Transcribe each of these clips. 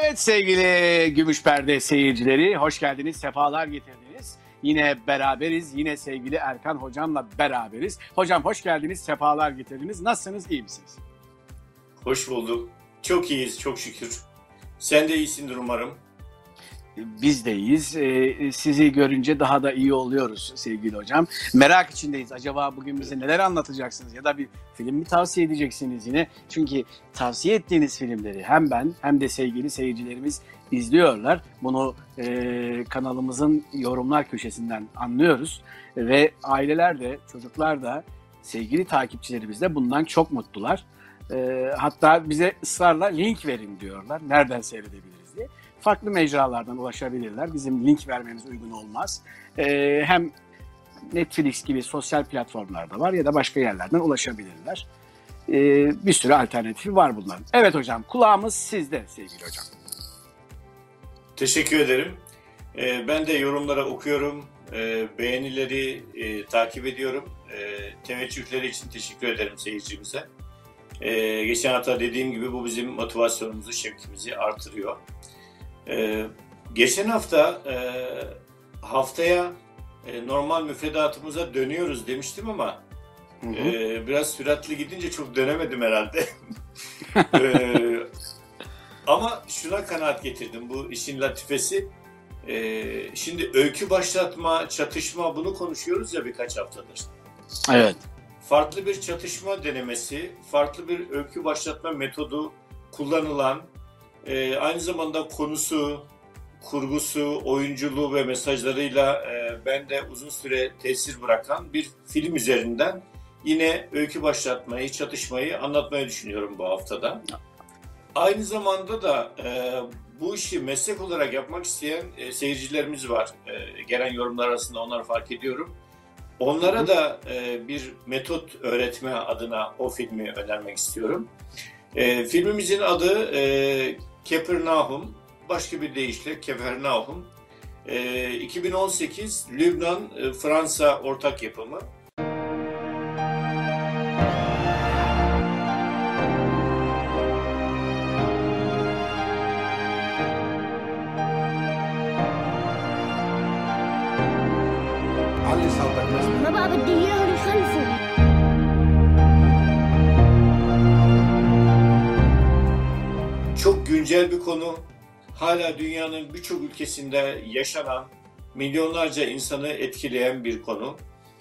Evet sevgili Gümüş Perde seyircileri, hoş geldiniz, sefalar getirdiniz. Yine beraberiz, yine sevgili Erkan Hocam'la beraberiz. Hocam hoş geldiniz, sefalar getirdiniz. Nasılsınız, iyi misiniz? Hoş bulduk. Çok iyiyiz, çok şükür. Sen de iyisindir umarım. Biz de iyiyiz. Sizi görünce daha da iyi oluyoruz sevgili hocam. Merak içindeyiz. Acaba bugün bize neler anlatacaksınız? Ya da bir film mi tavsiye edeceksiniz yine? Çünkü tavsiye ettiğiniz filmleri hem ben hem de sevgili seyircilerimiz izliyorlar. Bunu kanalımızın yorumlar köşesinden anlıyoruz. Ve aileler de, çocuklar da, sevgili takipçilerimiz de bundan çok mutlular. Hatta bize ısrarla link verin diyorlar. Nereden seyredebiliriz diye. Farklı mecralardan ulaşabilirler. Bizim link vermemiz uygun olmaz. Hem Netflix gibi sosyal platformlarda var ya da başka yerlerden ulaşabilirler. Bir sürü alternatifi var bunların. Evet hocam, kulağımız sizde sevgili hocam. Teşekkür ederim. Ben de yorumlara okuyorum. Beğenileri takip ediyorum. Teveccühleri için teşekkür ederim seyircimize. Geçen hafta dediğim gibi bu bizim motivasyonumuzu, şevkimizi artırıyor. Geçen hafta haftaya normal müfredatımıza dönüyoruz demiştim ama biraz süratli gidince çok dönemedim herhalde. Ama şuna kanaat getirdim, bu işin latifesi. Şimdi öykü başlatma, çatışma, bunu konuşuyoruz ya birkaç haftadır. Evet. Farklı bir çatışma denemesi, farklı bir öykü başlatma metodu kullanılan, aynı zamanda konusu, kurgusu, oyunculuğu ve mesajlarıyla bende uzun süre tesir bırakan bir film üzerinden yine öykü başlatmayı, çatışmayı anlatmayı düşünüyorum bu haftada. Aynı zamanda da bu işi meslek olarak yapmak isteyen seyircilerimiz var. Gelen yorumlar arasında onları fark ediyorum. Onlara da bir metot öğretme adına o filmi önermek istiyorum. Filmimizin adı Kepernaum, başka bir deyişle Kepernaum. 2018 Lübnan-Fransa ortak yapımı. ما بقى بدي اياهم يخلفوا. Çok güncel bir konu. Hala dünyanın birçok ülkesinde yaşanan, milyonlarca insanı etkileyen bir konu.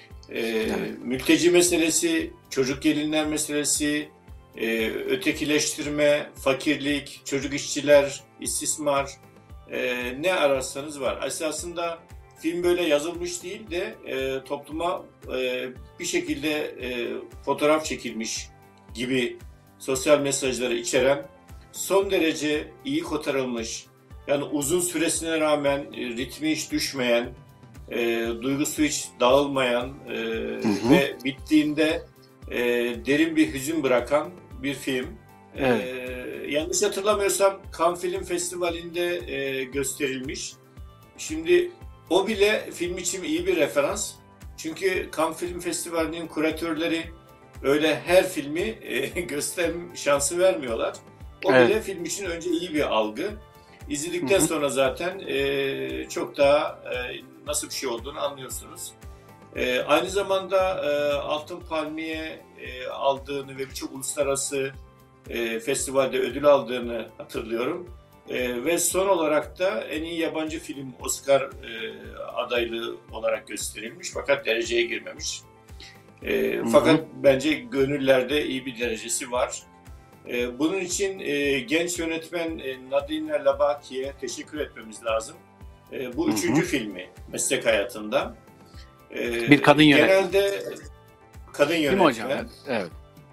Mülteci meselesi, çocuk gelinler meselesi, ötekileştirme, fakirlik, çocuk işçiler, istismar, ne ararsanız var. Esasında film böyle yazılmış değil de topluma bir şekilde fotoğraf çekilmiş gibi sosyal mesajları içeren, son derece iyi kotarılmış, yani uzun süresine rağmen ritmi hiç düşmeyen, duygusu hiç dağılmayan ve bittiğinde derin bir hüzün bırakan bir film. Evet. Yanlış hatırlamıyorsam Cannes Film Festivali'nde gösterilmiş. Şimdi o bile film için iyi bir referans. Çünkü Cannes Film Festivali'nin kuratörleri öyle her filmi gösterme şansı vermiyorlar. O bile film için önce iyi bir algı. İzledikten sonra zaten çok daha nasıl bir şey olduğunu anlıyorsunuz. Aynı zamanda Altın Palmiye aldığını ve birçok uluslararası festivalde ödül aldığını hatırlıyorum. Ve son olarak da en iyi yabancı film Oscar adaylığı olarak gösterilmiş fakat dereceye girmemiş. Fakat bence gönüllerde iyi bir derecesi var. Bunun için genç yönetmen Nadine Labaki'ye teşekkür etmemiz lazım. Bu üçüncü filmi meslek hayatında. Bir kadın yönetmen. Genelde kadın yönetmen. Değil mi hocam? Evet.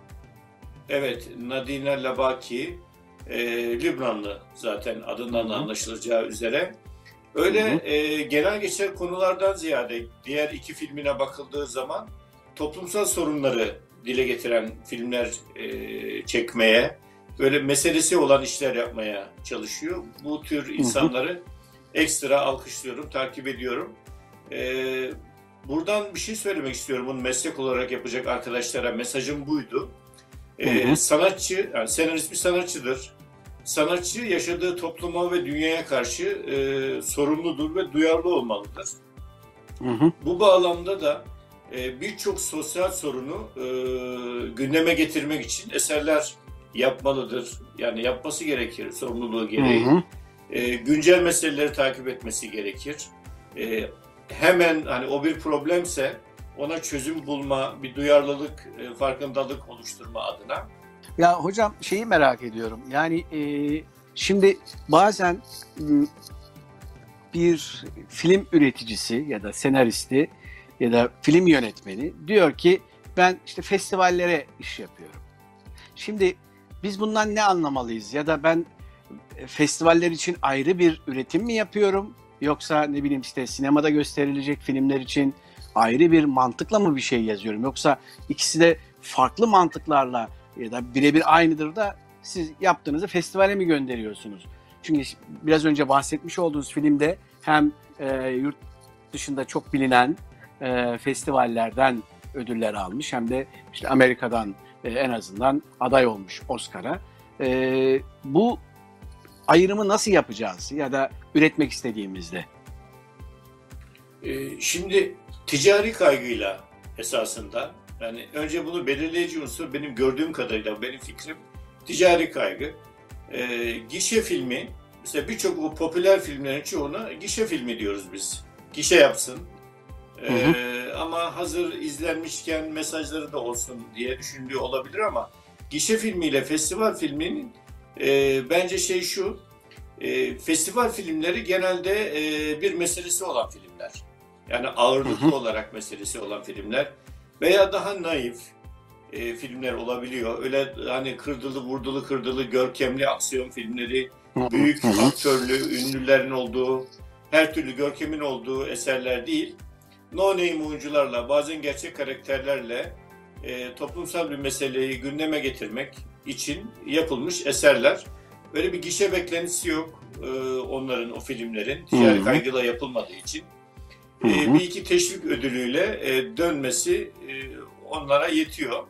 Evet, Nadine Labaki, Lübnanlı zaten adından da anlaşılacağı üzere. Öyle genel geçer konulardan ziyade diğer iki filmine bakıldığı zaman toplumsal sorunları dile getiren filmler çekmeye, böyle meselesi olan işler yapmaya çalışıyor. Bu tür insanları ekstra alkışlıyorum, takip ediyorum. Buradan bir şey söylemek istiyorum. Bunu meslek olarak yapacak arkadaşlara mesajım buydu. Sanatçı, yani senarist bir sanatçıdır. sanatçı yaşadığı topluma ve dünyaya karşı sorumludur ve duyarlı olmalıdır. Hı hı. Bu bağlamda da birçok sosyal sorunu gündeme getirmek için eserler yapmalıdır. Yani yapması gerekir sorumluluğu gereği. Hı hı. Güncel meseleleri takip etmesi gerekir. Hemen hani o bir problemse ona çözüm bulma, bir duyarlılık, farkındalık oluşturma adına. Ya hocam şeyi merak ediyorum. Yani şimdi bazen bir film üreticisi ya da senaristi ya da film yönetmeni diyor ki ben işte festivallere iş yapıyorum. Şimdi biz bundan ne anlamalıyız? Ya da ben festivaller için ayrı bir üretim mi yapıyorum? Yoksa ne bileyim işte sinemada gösterilecek filmler için ayrı bir mantıkla mı bir şey yazıyorum? Yoksa ikisi de farklı mantıklarla ya da birebir aynıdır da siz yaptığınızı festivale mi gönderiyorsunuz? Çünkü biraz önce bahsetmiş olduğunuz filmde hem yurt dışında çok bilinen festivallerden ödüller almış hem de işte Amerika'dan en azından aday olmuş Oscar'a. Bu ayrımı nasıl yapacağız ya da üretmek istediğimizde? Şimdi ticari kaygıyla esasında, yani önce bunu belirleyici unsur benim gördüğüm kadarıyla, benim fikrim ticari kaygı. Gişe filmi, mesela birçok bu popüler filmlerin çoğuna gişe filmi diyoruz biz. Gişe yapsın. Ama hazır izlenmişken mesajları da olsun diye düşündüğü olabilir ama gişe filmiyle festival filminin bence şey şu, festival filmleri genelde bir meselesi olan filmler. Yani ağırlıklı olarak meselesi olan filmler veya daha naif filmler olabiliyor. Öyle hani kırdılı vurdulu kırdılı görkemli aksiyon filmleri, büyük aktörlü, ünlülerin olduğu, her türlü görkemin olduğu eserler değil. No name oyuncularla, bazen gerçek karakterlerle toplumsal bir meseleyi gündeme getirmek için yapılmış eserler. Öyle bir gişe beklentisi yok onların, o filmlerin. Ticari kaygıyla yapılmadığı için. Bir iki teşvik ödülüyle dönmesi onlara yetiyor.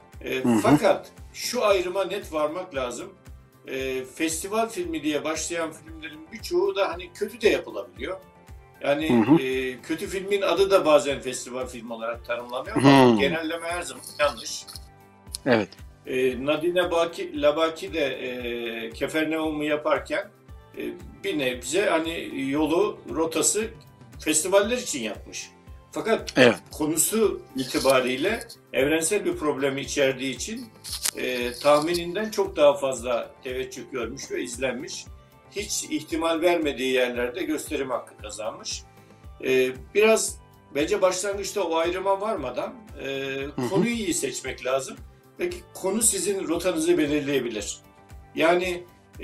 Fakat şu ayrıma net varmak lazım. Festival filmi diye başlayan filmlerin birçoğu da hani kötü de yapılabiliyor. Yani kötü filmin adı da bazen festival filmi olarak tanımlanıyor ama genelleme her zaman yanlış. Evet. Nadine Labaki de Kefernaum'u yaparken bir nebze hani yolu, rotası festivaller için yapmış. Fakat konusu itibariyle evrensel bir problemi içerdiği için tahmininden çok daha fazla teveccüh görmüş ve izlenmiş. Hiç ihtimal vermediği yerlerde gösterim hakkı kazanmış. Biraz bence başlangıçta o ayrıma varmadan konuyu iyi seçmek lazım. Peki konu sizin rotanızı belirleyebilir. Yani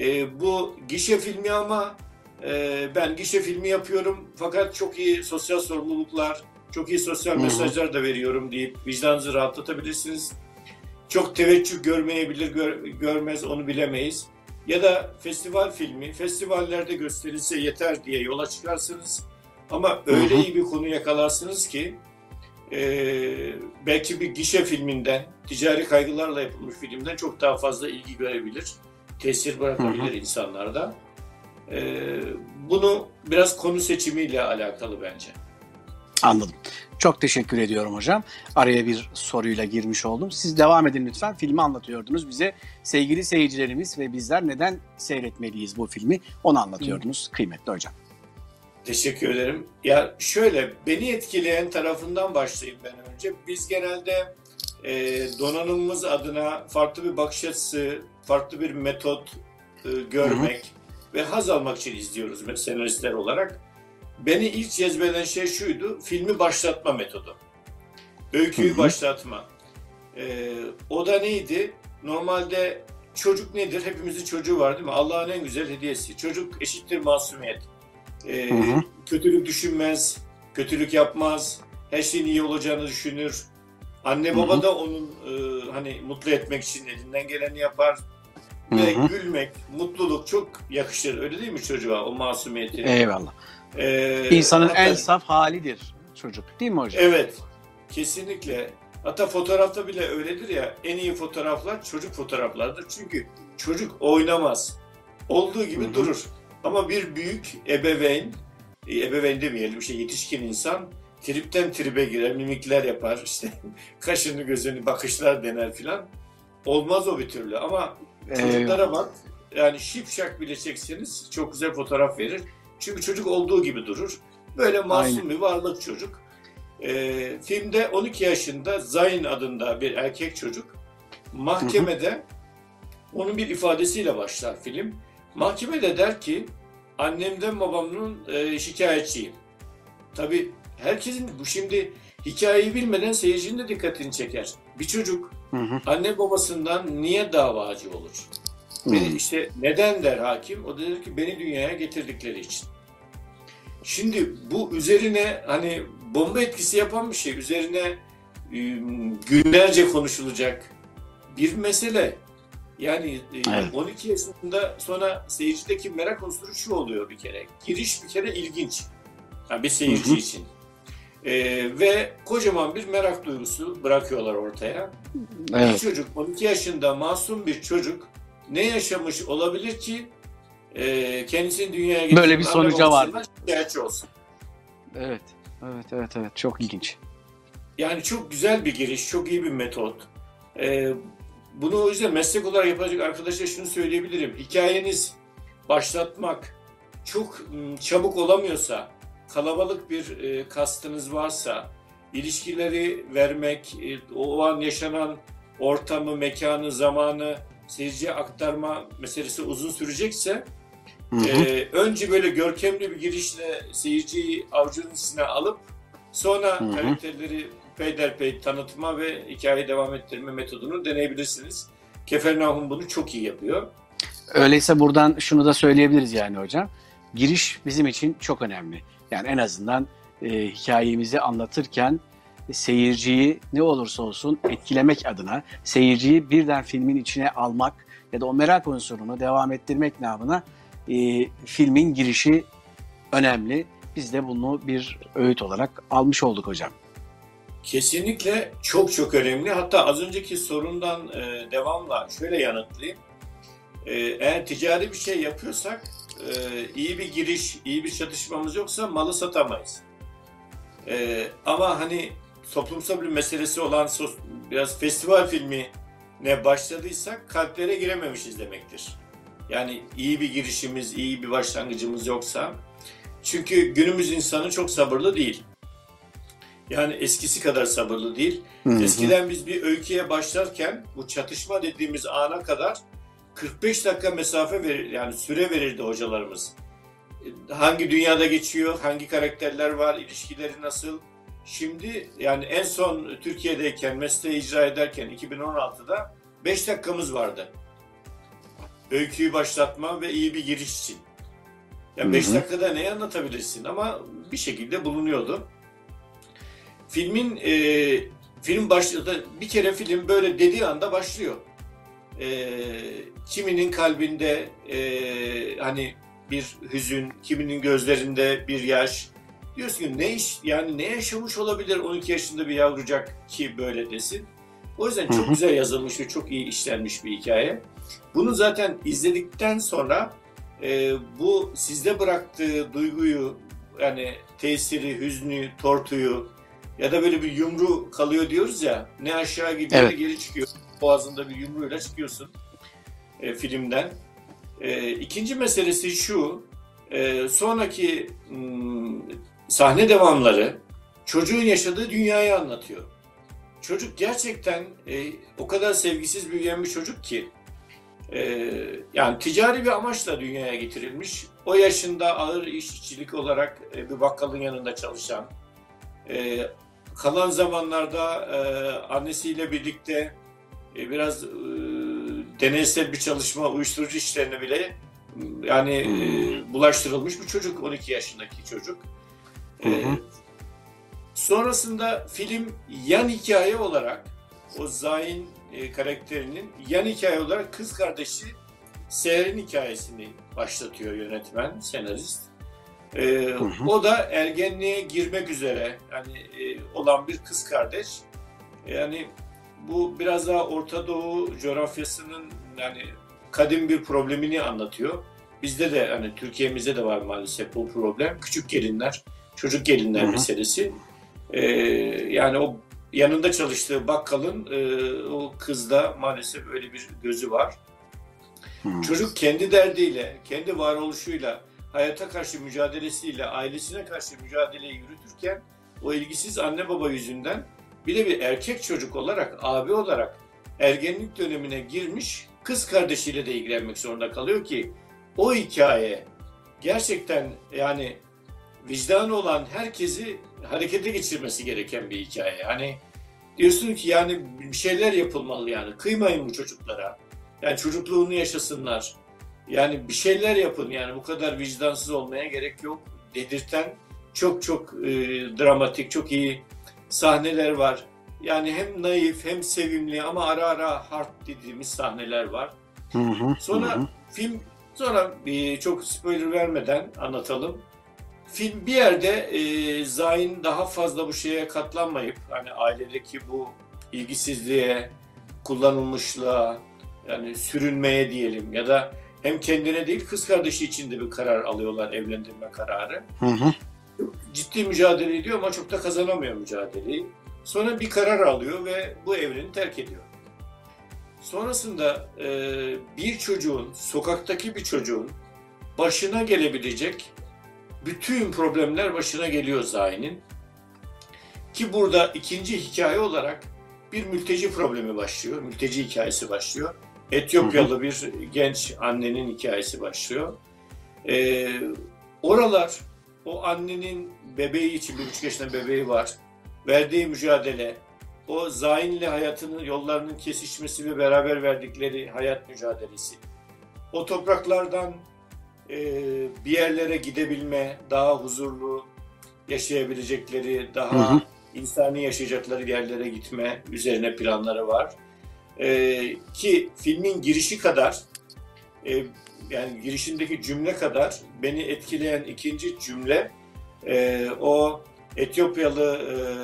bu gişe filmi ama ben gişe filmi yapıyorum fakat çok iyi sosyal sorumluluklar, çok iyi sosyal mesajlar da veriyorum deyip vicdanınızı rahatlatabilirsiniz. Çok teveccüh görmeyebilir, görmez, onu bilemeyiz. Ya da festival filmi, festivallerde gösterilse yeter diye yola çıkarsınız. Ama öyle iyi bir konu yakalarsınız ki belki bir gişe filminden, ticari kaygılarla yapılmış filmden çok daha fazla ilgi görebilir, tesir bırakabilir insanlarda. Bunu biraz konu seçimiyle alakalı bence. Anladım. Çok teşekkür ediyorum hocam. Araya bir soruyla girmiş oldum. Siz devam edin lütfen. Filmi anlatıyordunuz bize. Sevgili seyircilerimiz ve bizler neden seyretmeliyiz bu filmi? Onu anlatıyordunuz kıymetli hocam. Teşekkür ederim. Ya şöyle, beni etkileyen tarafından başlayayım ben önce. Biz genelde donanımımız adına farklı bir bakış açısı, farklı bir metot görmek ve haz almak için izliyoruz senaristler olarak. Beni ilk cezbeden şey şuydu, filmi başlatma metodu. Öyküyü başlatma. O da neydi? Normalde çocuk nedir? Hepimizin çocuğu var değil mi? Allah'ın en güzel hediyesi. Çocuk eşittir masumiyet. Kötülük düşünmez, kötülük yapmaz, her şeyin iyi olacağını düşünür. Anne baba da onun hani mutlu etmek için elinden geleni yapar. Ve gülmek, mutluluk çok yakışır. Öyle değil mi çocuğa, o masumiyeti? Eyvallah. İnsanın hatta, en saf halidir çocuk, değil mi hocam? Evet, kesinlikle. Hatta fotoğrafta bile öyledir ya, en iyi fotoğraflar çocuk fotoğraflardır. Çünkü çocuk oynamaz. olduğu gibi durur. Ama bir büyük ebeveyn demeyelim, yetişkin insan tripten tribe girer, mimikler yapar, işte kaşını gözünü bakışlar dener filan. Olmaz o bir türlü ama çocuklara bak, yani şipşak bile çekseniz çok güzel fotoğraf verir. Çünkü çocuk olduğu gibi durur. Böyle masum bir varlık çocuk. Filmde 12 yaşında Zayn adında bir erkek çocuk mahkemede onun bir ifadesiyle başlar film. Mahkemede der ki annemden babamın şikayetçiyim. Tabii herkesin bu şimdi hikayeyi bilmeden seyircinin de dikkatini çeker. Bir çocuk anne babasından niye davacı olur? İşte neden der hakim? O da der ki beni dünyaya getirdikleri için. Şimdi bu üzerine hani bomba etkisi yapan bir şey. Üzerine günlerce konuşulacak bir mesele. Yani 12 yaşında sonra seyircideki merak unsuru şu oluyor bir kere. Giriş bir kere ilginç. Yani bir seyirci için. Ve kocaman bir merak duygusu bırakıyorlar ortaya. Bir çocuk, 12 yaşında masum bir çocuk ne yaşamış olabilir ki kendisini dünyaya getirip böyle bir sonuca vardı. Şikayetçi olsun. Evet. Çok ilginç. Yani çok güzel bir giriş, çok iyi bir metot. Bunu o yüzden meslek olarak yapacak arkadaşlar şunu söyleyebilirim. Hikayeniz başlatmak çok çabuk olamıyorsa, kalabalık bir kastınız varsa, ilişkileri vermek, o an yaşanan ortamı, mekanı, zamanı seyirciye aktarma meselesi uzun sürecekse önce böyle görkemli bir girişle seyirciyi avucunun içine alıp sonra karakterleri peyderpey tanıtma ve hikayeyi devam ettirme metodunu deneyebilirsiniz. Kefernaum bunu çok iyi yapıyor. Öyleyse buradan şunu da söyleyebiliriz yani hocam. Giriş bizim için çok önemli. Yani en azından hikayemizi anlatırken seyirciyi ne olursa olsun etkilemek adına, seyirciyi birden filmin içine almak ya da o merak unsurunu devam ettirmek namına filmin girişi önemli. Biz de bunu bir öğüt olarak almış olduk hocam. Kesinlikle çok önemli. Hatta az önceki sorundan devamla şöyle yanıtlayayım. Eğer ticari bir şey yapıyorsak iyi bir giriş, iyi bir çatışmamız yoksa malı satamayız. Ama hani toplumsal bir meselesi olan biraz festival filmine başladıysak kalplere girememişiz demektir. Yani iyi bir girişimiz, iyi bir başlangıcımız yoksa. Çünkü günümüz insanı çok sabırlı değil. Yani eskisi kadar sabırlı değil. Eskiden biz bir öyküye başlarken bu çatışma dediğimiz ana kadar 45 dakika mesafe verir, yani süre verirdi hocalarımız. Hangi dünyada geçiyor, hangi karakterler var, ilişkileri nasıl? Şimdi yani en son Türkiye'deyken, mesleği icra ederken 2016'da 5 dakikamız vardı. Öyküyü başlatma ve iyi bir giriş için. Yani 5 dakikada neyi anlatabilirsin ama bir şekilde bulunuyordu. Film başladı. Bir kere film böyle dediği anda başlıyor. Kiminin kalbinde hani bir hüzün, kiminin gözlerinde bir yaş. Diyorsun ki ne yaşamış olabilir 12 yaşında bir yavrucak ki böyle desin. O yüzden çok güzel yazılmış ve çok iyi işlenmiş bir hikaye. Bunu zaten izledikten sonra bu sizde bıraktığı duyguyu, yani tesiri, hüznü, tortuyu ya da böyle bir yumru kalıyor diyoruz ya, ne aşağı gidiyor ne geri çıkıyor. Boğazında bir yumruğuyla çıkıyorsun filmden. İkinci meselesi şu, sonraki sahne devamları çocuğun yaşadığı dünyayı anlatıyor. Çocuk gerçekten o kadar sevgisiz büyüyen bir çocuk ki, yani ticari bir amaçla dünyaya getirilmiş. O yaşında ağır işçilik olarak bir bakkalın yanında çalışan, kalan zamanlarda annesiyle birlikte biraz deneysel bir çalışma, uyuşturucu işlerine bile yani bulaştırılmış bir çocuk, 12 yaşındaki çocuk. Sonrasında film yan hikaye olarak o Zayn karakterinin yan hikaye olarak kız kardeşi Seher'in hikayesini başlatıyor yönetmen, senarist. O da ergenliğe girmek üzere yani olan bir kız kardeş. Yani bu biraz daha Orta Doğu coğrafyasının yani kadim bir problemini anlatıyor. bizde de hani Türkiye'mizde de var maalesef bu problem. Küçük gelinler, çocuk gelinler meselesi. Yani o yanında çalıştığı bakkalın o kızda maalesef öyle bir gözü var. Çocuk kendi derdiyle, kendi varoluşuyla, hayata karşı mücadelesiyle, ailesine karşı mücadeleyi yürütürken o ilgisiz anne baba yüzünden bir de bir erkek çocuk olarak, abi olarak ergenlik dönemine girmiş, kız kardeşiyle de ilgilenmek zorunda kalıyor ki o hikaye gerçekten yani vicdanı olan herkesi harekete geçirmesi gereken bir hikaye. Hani diyorsun ki yani bir şeyler yapılmalı yani. Kıymayın bu çocuklara. Yani çocukluğunu yaşasınlar. Yani bir şeyler yapın yani bu kadar vicdansız olmaya gerek yok. Dedirten çok dramatik, çok iyi sahneler var. Yani hem naif hem sevimli ama ara ara hard dediğimiz sahneler var. Sonra film, çok spoiler vermeden anlatalım. Film bir yerde Zayn daha fazla bu şeye katlanmayıp hani ailedeki bu ilgisizliğe, kullanılmışlığa, yani sürünmeye diyelim ya da hem kendine değil kız kardeşi için de bir karar alıyorlar, evlendirme kararı. Ciddi mücadele ediyor ama çok da kazanamıyor mücadeleyi. Sonra bir karar alıyor ve bu evreni terk ediyor. Sonrasında bir çocuğun, sokaktaki bir çocuğun başına gelebilecek bütün problemler başına geliyor Zayn'in. Ki burada ikinci hikaye olarak bir mülteci problemi başlıyor, mülteci hikayesi başlıyor. Etiyopyalı bir genç annenin hikayesi başlıyor. Oralar, o annenin bebeği için, 1,5 yaşında bebeği var, verdiği mücadele, o Zayn'le hayatının yollarının kesişmesi ve beraber verdikleri hayat mücadelesi. O topraklardan bir yerlere gidebilme, daha huzurlu yaşayabilecekleri, daha insani yaşayacakları yerlere gitme üzerine planları var. Ki filmin girişi kadar, yani girişindeki cümle kadar beni etkileyen ikinci cümle o Etiyopyalı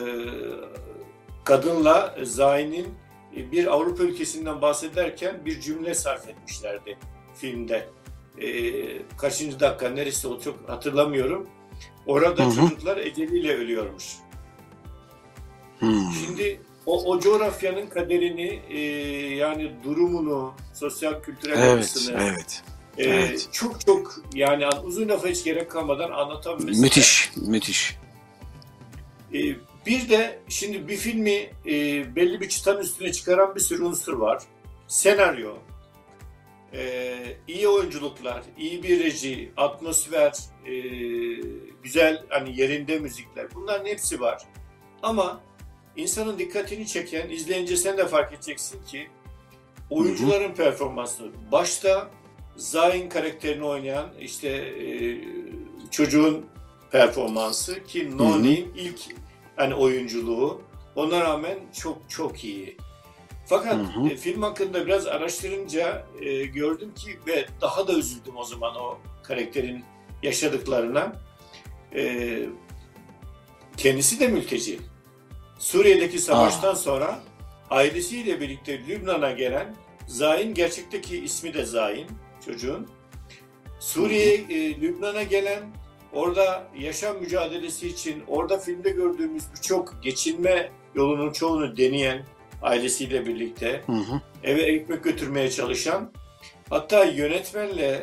kadınla Zayn'in bir Avrupa ülkesinden bahsederken bir cümle sarf etmişlerdi filmde. Kaçıncı dakika neresi o çok hatırlamıyorum. Orada çocuklar eceliyle ölüyormuş. Şimdi o coğrafyanın kaderini yani durumunu, sosyal kültürel yapısını çok yani uzun lafa hiç gerek kalmadan anlatan mesela. Müthiş. Bir de şimdi bir filmi belli bir çıtanın üstüne çıkaran bir sürü unsur var. Senaryo, iyi oyunculuklar, iyi bir reji, atmosfer, güzel hani yerinde müzikler, bunların hepsi var. Ama insanın dikkatini çeken, izleyince sen de fark edeceksin ki oyuncuların performansı. Başta Zayn karakterini oynayan işte çocuğun performansı ki Noni'nin ilk hani oyunculuğu, ona rağmen çok iyi. Fakat film hakkında biraz araştırınca gördüm ki ve daha da üzüldüm o zaman o karakterin yaşadıklarına. Kendisi de mülteci. Suriye'deki savaştan sonra ailesiyle birlikte Lübnan'a gelen Zayn, gerçekteki ismi de Zayn çocuğun. Suriye, Lübnan'a gelen, orada yaşam mücadelesi için, orada filmde gördüğümüz birçok geçinme yolunun çoğunu deneyen, ailesiyle birlikte eve ekmek götürmeye çalışan, hatta yönetmenle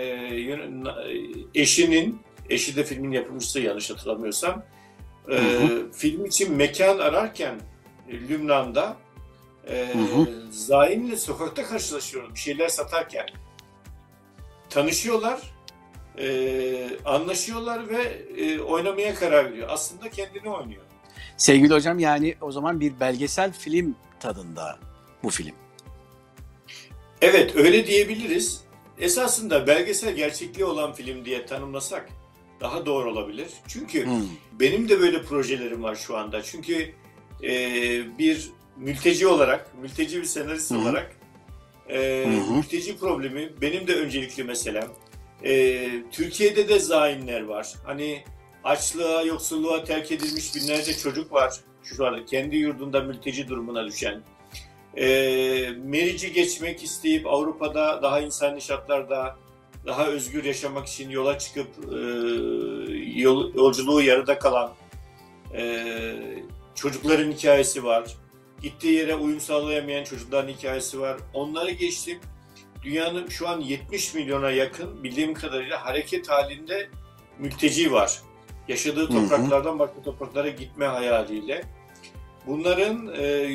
eşi de filmin yapımcısı yanlış hatırlamıyorsam, film için mekan ararken Lübnan'da Zayn'le sokakta karşılaşıyoruz bir şeyler satarken. Tanışıyorlar, anlaşıyorlar ve oynamaya karar veriyor. Aslında kendini oynuyor. Sevgili hocam, yani o zaman bir belgesel film tadında bu film. Evet, öyle diyebiliriz. Esasında belgesel gerçekliği olan film diye tanımlasak daha doğru olabilir. Çünkü benim de böyle projelerim var şu anda. Çünkü bir mülteci olarak, mülteci bir senarist olarak mülteci problemi benim de öncelikli meselem. Türkiye'de de zaimler var. Hani açlığa, yoksulluğa terk edilmiş binlerce çocuk var. Şu anda kendi yurdunda mülteci durumuna düşen. Meriç'i geçmek isteyip Avrupa'da daha insani şartlarda daha özgür yaşamak için yola çıkıp yolculuğu yarıda kalan çocukların hikayesi var. Gittiği yere uyum sağlayamayan çocukların hikayesi var. Onları geçtim. Dünyanın şu an 70 milyona yakın bildiğim kadarıyla hareket halinde mülteci var. Yaşadığı topraklardan başka topraklara gitme hayaliyle. Bunların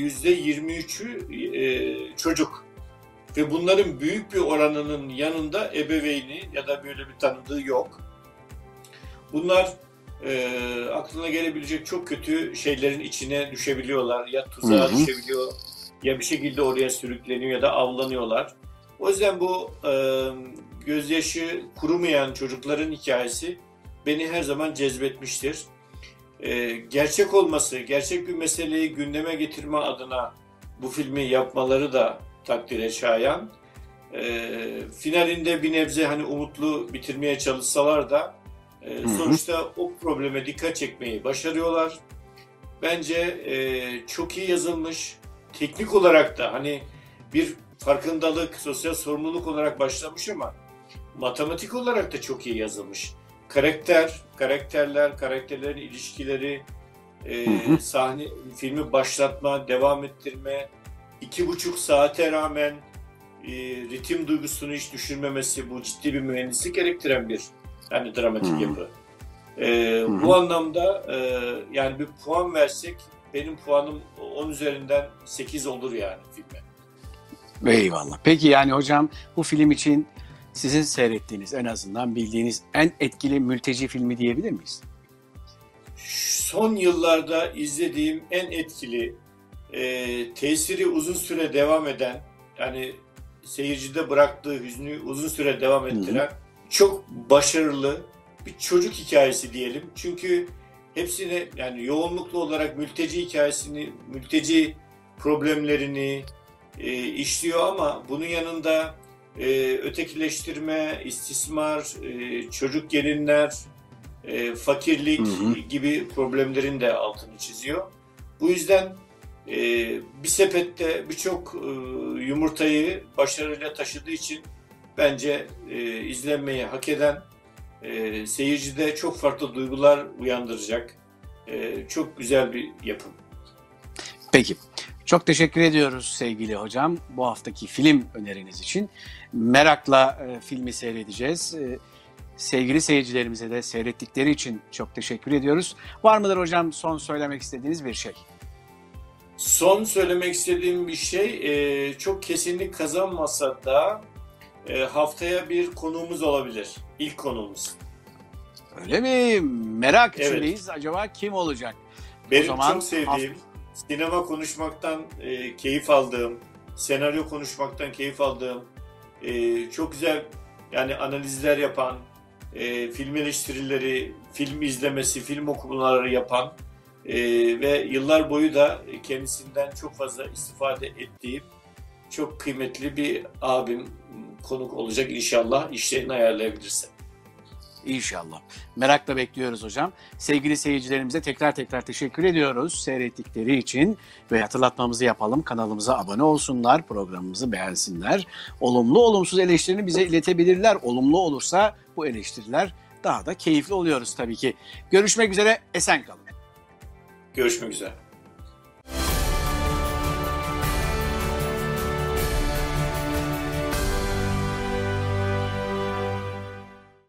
%23'ü çocuk. Ve bunların büyük bir oranının yanında ebeveyni ya da böyle bir tanıdığı yok. Bunlar aklına gelebilecek çok kötü şeylerin içine düşebiliyorlar. Ya tuzağa düşebiliyor ya bir şekilde oraya sürükleniyor ya da avlanıyorlar. O yüzden bu gözyaşı kurumayan çocukların hikayesi beni her zaman cezbetmiştir. Gerçek olması, gerçek bir meseleyi gündeme getirme adına bu filmi yapmaları da takdire şayan. Finalinde bir nebze hani umutlu bitirmeye çalışsalar da sonuçta o probleme dikkat çekmeyi başarıyorlar. Bence çok iyi yazılmış. Teknik olarak da hani bir farkındalık, sosyal sorumluluk olarak başlamış ama matematik olarak da çok iyi yazılmış. Karakterlerin ilişkileri, sahne, filmi başlatma, devam ettirme, 2,5 saate rağmen ritim duygusunu hiç düşürmemesi, bu ciddi bir mühendislik gerektiren bir yani dramatik yapı. Bu anlamda yani bir puan versek benim puanım 10 üzerinden 8 olur yani filme. Eyvallah. Peki yani hocam bu film için sizin seyrettiğiniz, en azından bildiğiniz en etkili mülteci filmi diyebilir miyiz? Son yıllarda izlediğim en etkili, tesiri uzun süre devam eden, yani seyircide bıraktığı hüznü uzun süre devam ettiren çok başarılı bir çocuk hikayesi diyelim. Çünkü hepsine yani yoğunluklu olarak mülteci hikayesini, mülteci problemlerini işliyor ama bunun yanında ötekileştirme, istismar, çocuk gelinler, fakirlik gibi problemlerin de altını çiziyor. Bu yüzden bir sepette birçok yumurtayı başarıyla taşıdığı için bence izlenmeyi hak eden, seyircide çok farklı duygular uyandıracak çok güzel bir yapım. Peki. Çok teşekkür ediyoruz sevgili hocam bu haftaki film öneriniz için. Merakla filmi seyredeceğiz. Sevgili seyircilerimize de seyrettikleri için çok teşekkür ediyoruz. Var mıdır hocam son söylemek istediğiniz bir şey? Son söylemek istediğim bir şey, çok kesinlik kazanmasa da haftaya bir konuğumuz olabilir. İlk konuğumuz. Öyle mi? Merak içindeyiz. Acaba kim olacak? Benim çok sevdiğim, sinema konuşmaktan keyif aldığım, senaryo konuşmaktan keyif aldığım, çok güzel yani analizler yapan, film eleştirileri, film izlemesi, film okumaları yapan ve yıllar boyu da kendisinden çok fazla istifade ettiğim çok kıymetli bir abim konuk olacak inşallah, işlerini ayarlayabilirse. İnşallah. Merakla bekliyoruz hocam. Sevgili seyircilerimize tekrar teşekkür ediyoruz seyrettikleri için ve hatırlatmamızı yapalım. Kanalımıza abone olsunlar, programımızı beğensinler. Olumlu olumsuz eleştirini bize iletebilirler. Olumlu olursa bu eleştiriler daha da keyifli oluyoruz tabii ki. Görüşmek üzere, esen kalın. Görüşmek üzere.